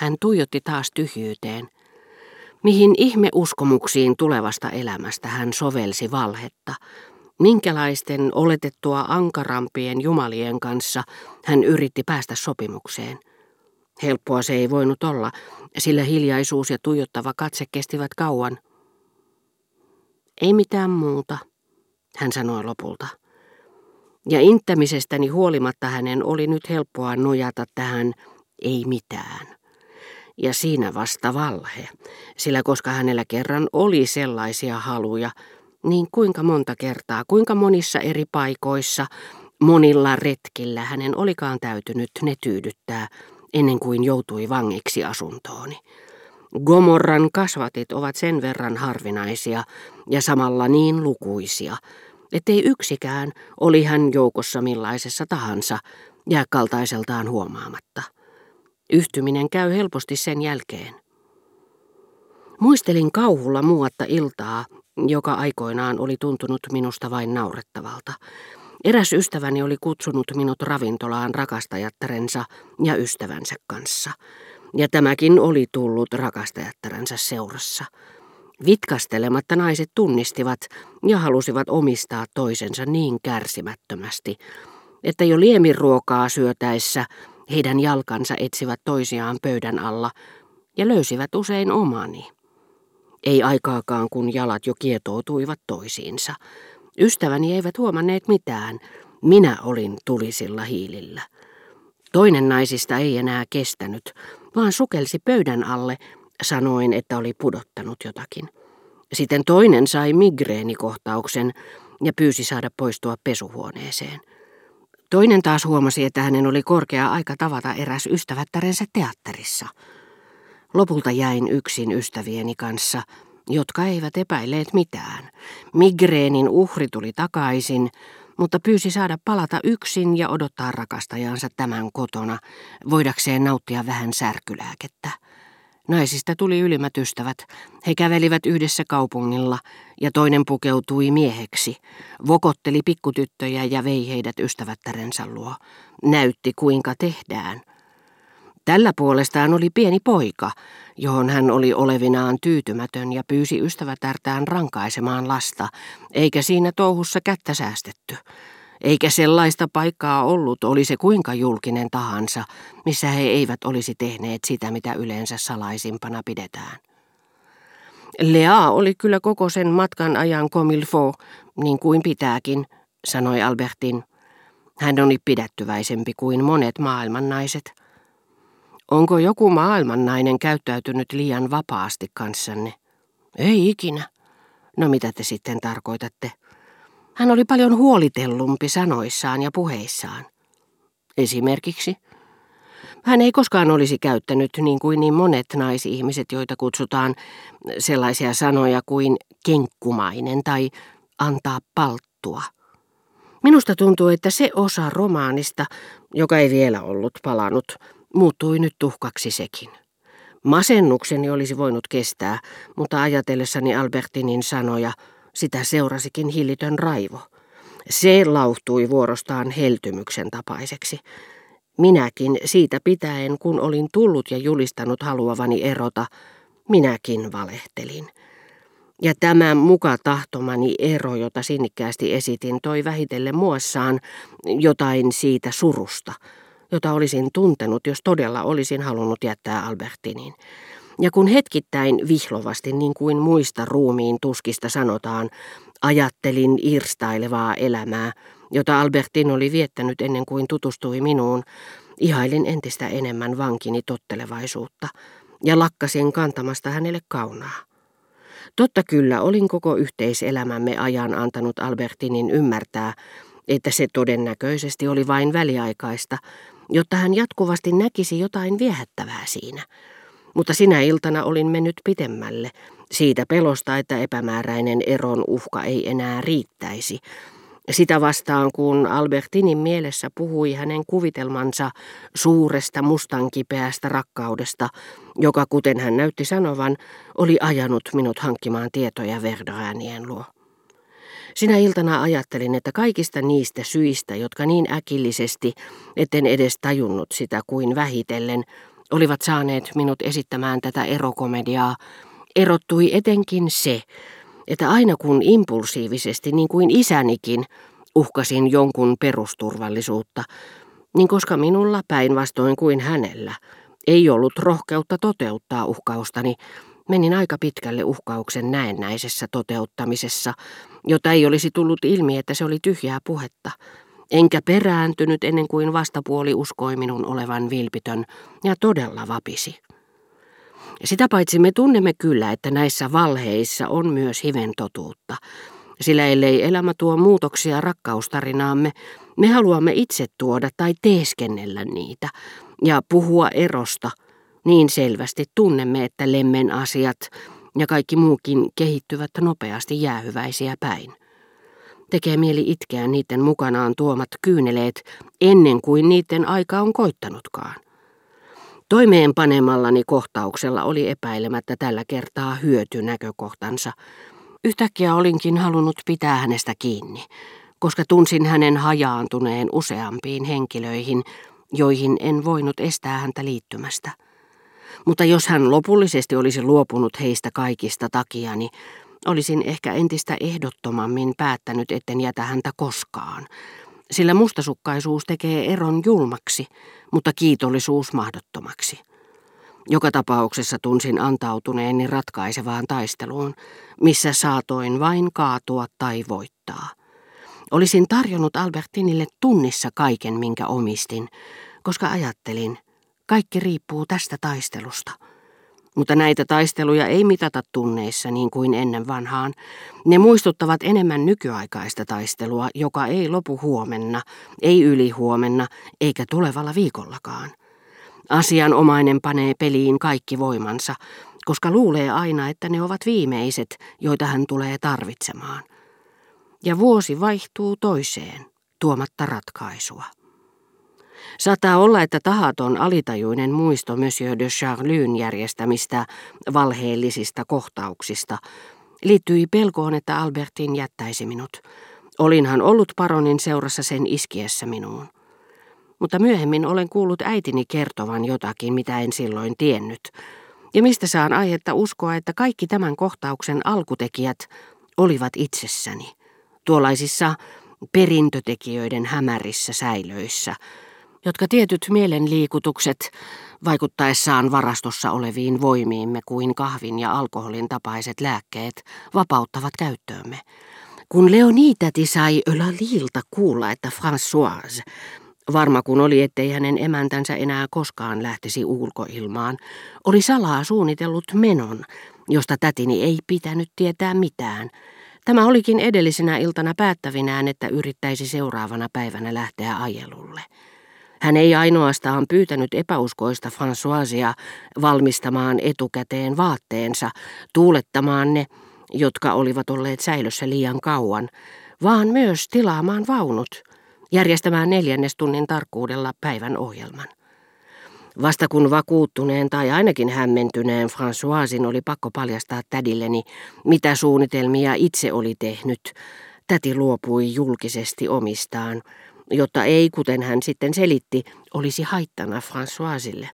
Hän tuijotti taas tyhjyyteen. Mihin ihmeuskomuksiin tulevasta elämästä hän sovelsi valhetta? Minkälaisten oletettua ankarampien jumalien kanssa hän yritti päästä sopimukseen? Helppoa se ei voinut olla, sillä hiljaisuus ja tuijottava katse kestivät kauan. Ei mitään muuta, hän sanoi lopulta. Ja inttämisestäni huolimatta hänen oli nyt helppoa nojata tähän ei mitään. Ja siinä vasta valhe, sillä koska hänellä kerran oli sellaisia haluja, niin kuinka monta kertaa, kuinka monissa eri paikoissa, monilla retkillä hänen olikaan täytynyt ne tyydyttää, ennen kuin joutui vangiksi asuntooni. Gomorran kasvatit ovat sen verran harvinaisia ja samalla niin lukuisia, ettei yksikään, oli hän joukossa millaisessa tahansa, jää kaltaiseltaan huomaamatta. Yhtyminen käy helposti sen jälkeen. Muistelin kauhulla muuatta iltaa, joka aikoinaan oli tuntunut minusta vain naurettavalta. Eräs ystäväni oli kutsunut minut ravintolaan rakastajattarensa ja ystävänsä kanssa. Ja tämäkin oli tullut rakastajattarensa seurassa. Vitkastelematta naiset tunnistivat ja halusivat omistaa toisensa niin kärsimättömästi, että jo lieminruokaa syötäessä heidän jalkansa etsivät toisiaan pöydän alla ja löysivät usein omani. Ei aikaakaan, kun jalat jo kietoutuivat toisiinsa. Ystäväni eivät huomanneet mitään. Minä olin tulisilla hiilillä. Toinen naisista ei enää kestänyt, vaan sukelsi pöydän alle, sanoin, että oli pudottanut jotakin. Sitten toinen sai migreenikohtauksen ja pyysi saada poistua pesuhuoneeseen. Toinen taas huomasi, että hänen oli korkea aika tavata eräs ystävättärensä teatterissa. Lopulta jäin yksin ystävieni kanssa, jotka eivät epäilleet mitään. Migreenin uhri tuli takaisin, mutta pyysi saada palata yksin ja odottaa rakastajansa tämän kotona, voidakseen nauttia vähän särkylääkettä. Naisista tuli ylimmät ystävät. He kävelivät yhdessä kaupungilla ja toinen pukeutui mieheksi, vokotteli pikkutyttöjä ja vei heidät ystävättärensä luo. Näytti kuinka tehdään. Tällä puolestaan oli pieni poika, johon hän oli olevinaan tyytymätön ja pyysi ystävätärtään rankaisemaan lasta, eikä siinä touhussa kättä säästetty. Eikä sellaista paikkaa ollut, oli se kuinka julkinen tahansa, missä he eivät olisi tehneet sitä, mitä yleensä salaisimpana pidetään. Lea oli kyllä koko sen matkan ajan comme il faut, niin kuin pitääkin, sanoi Albertine. Hän oli pidättyväisempi kuin monet maailmannaiset. Onko joku maailmannainen käyttäytynyt liian vapaasti kanssanne? Ei ikinä. No mitä te sitten tarkoitatte? Hän oli paljon huolitellumpi sanoissaan ja puheissaan. Esimerkiksi? Hän ei koskaan olisi käyttänyt niin kuin niin monet naisihmiset, joita kutsutaan sellaisia sanoja kuin kenkkumainen tai antaa palttua. Minusta tuntuu, että se osa romaanista, joka ei vielä ollut palannut, muuttui nyt tuhkaksi sekin. Masennukseni olisi voinut kestää, mutta ajatellessani Albertinin sanoja, sitä seurasikin hillitön raivo. Se lauhtui vuorostaan heltymyksen tapaiseksi. Minäkin siitä pitäen, kun olin tullut ja julistanut haluavani erota, minäkin valehtelin. Ja tämä muka tahtomani ero, jota sinnikkäästi esitin, toi vähitellen muassaan jotain siitä surusta, jota olisin tuntenut, jos todella olisin halunnut jättää Albertinin. Ja kun hetkittäin vihlovasti, niin kuin muista ruumiin tuskista sanotaan, ajattelin irstailevaa elämää, jota Albertine oli viettänyt ennen kuin tutustui minuun, ihailin entistä enemmän vankini tottelevaisuutta ja lakkasin kantamasta hänelle kaunaa. Totta kyllä olin koko yhteiselämämme ajan antanut Albertinin ymmärtää, että se todennäköisesti oli vain väliaikaista, jotta hän jatkuvasti näkisi jotain viehättävää siinä. Mutta sinä iltana olin mennyt pitemmälle, siitä pelosta, että epämääräinen eron uhka ei enää riittäisi. Sitä vastaan, kun Albertinin mielessä puhui hänen kuvitelmansa suuresta mustankipeästä rakkaudesta, joka, kuten hän näytti sanovan, oli ajanut minut hankkimaan tietoja Verdranien luo. Sinä iltana ajattelin, että kaikista niistä syistä, jotka niin äkillisesti, etten edes tajunnut sitä kuin vähitellen, olivat saaneet minut esittämään tätä erokomediaa, erottui etenkin se, että aina kun impulsiivisesti, niin kuin isänikin, uhkasin jonkun perusturvallisuutta, niin koska minulla päinvastoin kuin hänellä ei ollut rohkeutta toteuttaa uhkaustani, menin aika pitkälle uhkauksen näennäisessä toteuttamisessa, jota ei olisi tullut ilmi, että se oli tyhjää puhetta, enkä perääntynyt ennen kuin vastapuoli uskoi minun olevan vilpitön ja todella vapisi. Sitä paitsi me tunnemme kyllä, että näissä valheissa on myös hiven totuutta, sillä ellei elämä tuo muutoksia rakkaustarinaamme, me haluamme itse tuoda tai teeskennellä niitä ja puhua erosta. Niin selvästi tunnemme, että lemmen asiat ja kaikki muukin kehittyvät nopeasti jäähyväisiä päin. Tekee mieli itkeä niiden mukanaan tuomat kyyneleet ennen kuin niiden aika on koittanutkaan. Toimeenpanemallani kohtauksella oli epäilemättä tällä kertaa hyötynäkökohtansa. Yhtäkkiä olinkin halunnut pitää hänestä kiinni, koska tunsin hänen hajaantuneen useampiin henkilöihin, joihin en voinut estää häntä liittymästä. Mutta jos hän lopullisesti olisi luopunut heistä kaikista takiani, olisin ehkä entistä ehdottomammin päättänyt, etten jätä häntä koskaan, sillä mustasukkaisuus tekee eron julmaksi, mutta kiitollisuus mahdottomaksi. Joka tapauksessa tunsin antautuneeni ratkaisevaan taisteluun, missä saatoin vain kaatua tai voittaa. Olisin tarjonnut Albertinille tunnissa kaiken, minkä omistin, koska ajattelin, kaikki riippuu tästä taistelusta. Mutta näitä taisteluja ei mitata tunneissa niin kuin ennen vanhaan. Ne muistuttavat enemmän nykyaikaista taistelua, joka ei lopu huomenna, ei ylihuomenna eikä tulevalla viikollakaan. Asianomainen panee peliin kaikki voimansa, koska luulee aina, että ne ovat viimeiset, joita hän tulee tarvitsemaan. Ja vuosi vaihtuu toiseen, tuomatta ratkaisua. Saattaa olla, että tahaton alitajuinen muisto Monsieur de Charlyn järjestämistä valheellisista kohtauksista liittyi pelkoon, että Albertin jättäisi minut. Olinhan ollut paronin seurassa sen iskiessä minuun. Mutta myöhemmin olen kuullut äitini kertovan jotakin, mitä en silloin tiennyt, ja mistä saan aihetta uskoa, että kaikki tämän kohtauksen alkutekijät olivat itsessäni, tuollaisissa perintötekijöiden hämärissä säilöissä, jotka tietyt mielenliikutukset, vaikuttaessaan varastossa oleviin voimiimme kuin kahvin ja alkoholin tapaiset lääkkeet, vapauttavat käyttöömme. Kun Leonie-täti sai Eulalilta kuulla, että Françoise, varma kun oli, ettei hänen emäntänsä enää koskaan lähtisi ulkoilmaan, oli salaa suunnitellut menon, josta tätini ei pitänyt tietää mitään. Tämä olikin edellisenä iltana päättävinään, että yrittäisi seuraavana päivänä lähteä ajelulle. Hän ei ainoastaan pyytänyt epäuskoista Françoisia valmistamaan etukäteen vaatteensa, tuulettamaan ne, jotka olivat olleet säilössä liian kauan, vaan myös tilaamaan vaunut, järjestämään 4 tunnin tarkkuudella päivän ohjelman. Vasta kun vakuuttuneen tai ainakin hämmentyneen Françoisin oli pakko paljastaa tädilleni, mitä suunnitelmia itse oli tehnyt, täti luopui julkisesti omistaan, jotta ei, kuten hän sitten selitti, olisi haittana Françoisille.